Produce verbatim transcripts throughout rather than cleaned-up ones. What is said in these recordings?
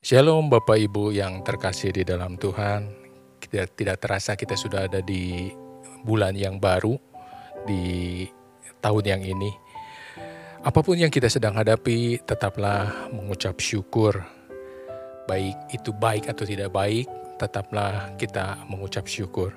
Shalom Bapak Ibu yang terkasih di dalam Tuhan. Kita tidak terasa kita sudah ada di bulan yang baru, di tahun yang ini. Apapun yang kita sedang hadapi, tetaplah mengucap syukur. Baik itu baik atau tidak baik, tetaplah kita mengucap syukur.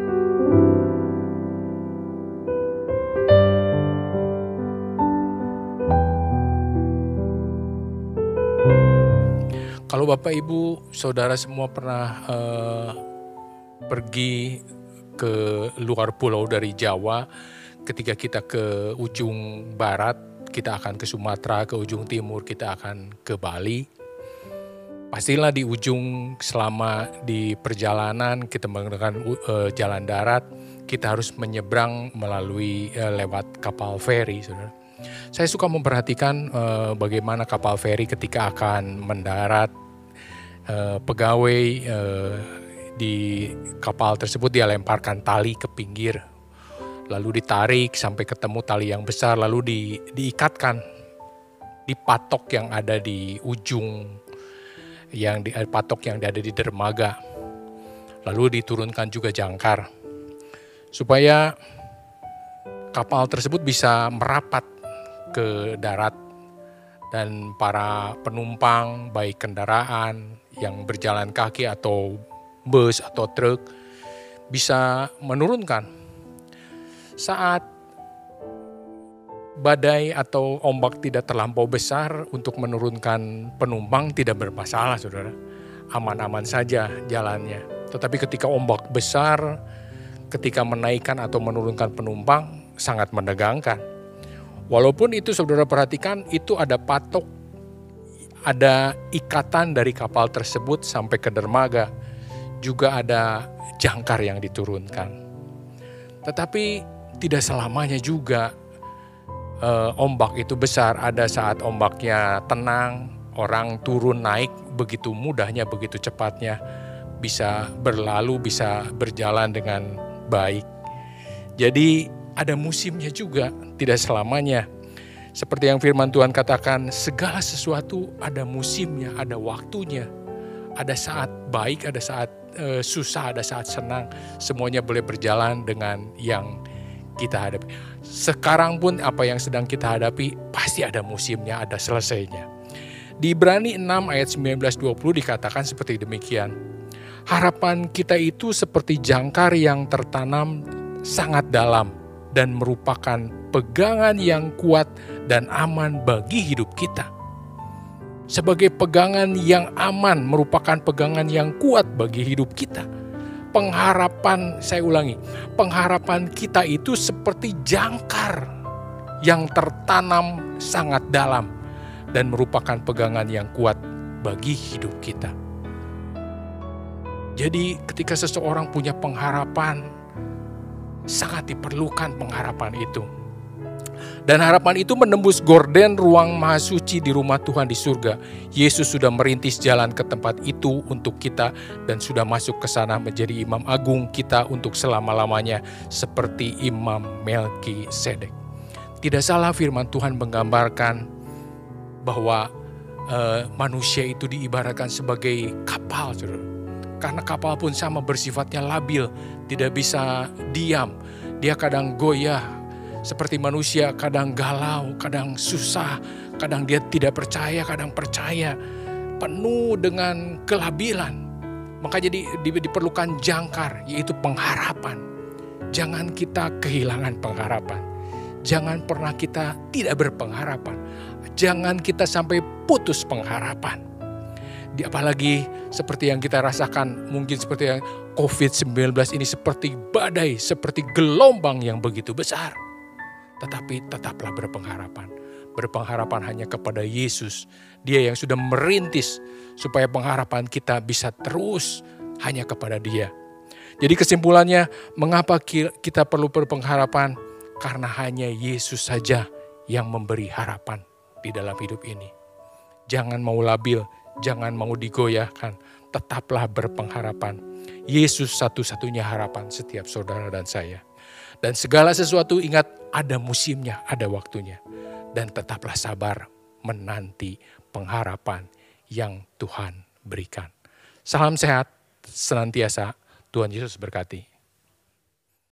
Kalau Bapak Ibu, Saudara semua pernah uh, pergi ke luar pulau dari Jawa, ketika kita ke ujung barat, kita akan ke Sumatera, ke ujung timur kita akan ke Bali. Pastilah di ujung selama di perjalanan kita menggunakan uh, jalan darat, kita harus menyeberang melalui uh, lewat kapal feri, Saudara. Saya suka memperhatikan uh, bagaimana kapal feri ketika akan mendarat, uh, pegawai uh, di kapal tersebut dia lemparkan tali ke pinggir, lalu ditarik sampai ketemu tali yang besar, lalu di, diikatkan di patok yang ada di ujung, yang di patok yang ada di dermaga, lalu diturunkan juga jangkar supaya kapal tersebut bisa merapat ke darat dan para penumpang baik kendaraan yang berjalan kaki atau bus atau truk bisa menurunkan. Saat badai atau ombak tidak terlampau besar untuk menurunkan penumpang tidak bermasalah, Saudara. Aman-aman saja jalannya. Tetapi ketika ombak besar, ketika menaikkan atau menurunkan penumpang sangat menegangkan. Walaupun itu Saudara perhatikan, itu ada patok, ada ikatan dari kapal tersebut sampai ke dermaga, juga ada jangkar yang diturunkan. Tetapi tidak selamanya juga e, ombak itu besar. Ada saat ombaknya tenang, orang turun naik begitu mudahnya, begitu cepatnya, bisa berlalu, bisa berjalan dengan baik. Jadi ada musimnya juga, tidak selamanya. Seperti yang firman Tuhan katakan, segala sesuatu ada musimnya, ada waktunya. Ada saat baik, ada saat e, susah, ada saat senang. Semuanya boleh berjalan dengan yang kita hadapi. Sekarang pun apa yang sedang kita hadapi, pasti ada musimnya, ada selesainya. Di Ibrani enam ayat sembilan belas dua puluh dikatakan seperti demikian. Harapan kita itu seperti jangkar yang tertanam sangat dalam dan merupakan pegangan yang kuat dan aman bagi hidup kita. Sebagai pegangan yang aman, merupakan pegangan yang kuat bagi hidup kita. Pengharapan, saya ulangi, pengharapan kita itu seperti jangkar yang tertanam sangat dalam dan merupakan pegangan yang kuat bagi hidup kita. Jadi ketika seseorang punya pengharapan, sangat diperlukan pengharapan itu. Dan harapan itu menembus gorden ruang maha suci di rumah Tuhan di surga. Yesus sudah merintis jalan ke tempat itu untuk kita dan sudah masuk ke sana menjadi imam agung kita untuk selama-lamanya seperti Imam Melkisedek. Tidak salah firman Tuhan menggambarkan bahwa uh, manusia itu diibaratkan sebagai kapal, saudara. Karena kapal pun sama bersifatnya labil, tidak bisa diam. Dia kadang goyah, seperti manusia, kadang galau, kadang susah, kadang dia tidak percaya, kadang percaya. Penuh dengan kelabilan. Maka jadi diperlukan jangkar, yaitu pengharapan. Jangan kita kehilangan pengharapan. Jangan pernah kita tidak berpengharapan. Jangan kita sampai putus pengharapan. Apalagi seperti yang kita rasakan, mungkin seperti yang covid sembilan belas ini seperti badai, seperti gelombang yang begitu besar. Tetapi tetaplah berpengharapan. Berpengharapan hanya kepada Yesus. Dia yang sudah merintis supaya pengharapan kita bisa terus hanya kepada Dia. Jadi kesimpulannya, mengapa kita perlu berpengharapan? Karena hanya Yesus saja yang memberi harapan di dalam hidup ini. Jangan mau labil, jangan mau digoyahkan, tetaplah berpengharapan. Yesus satu-satunya harapan setiap saudara dan saya. Dan segala sesuatu ingat ada musimnya, ada waktunya. Dan tetaplah sabar menanti pengharapan yang Tuhan berikan. Salam sehat senantiasa, Tuhan Yesus berkati.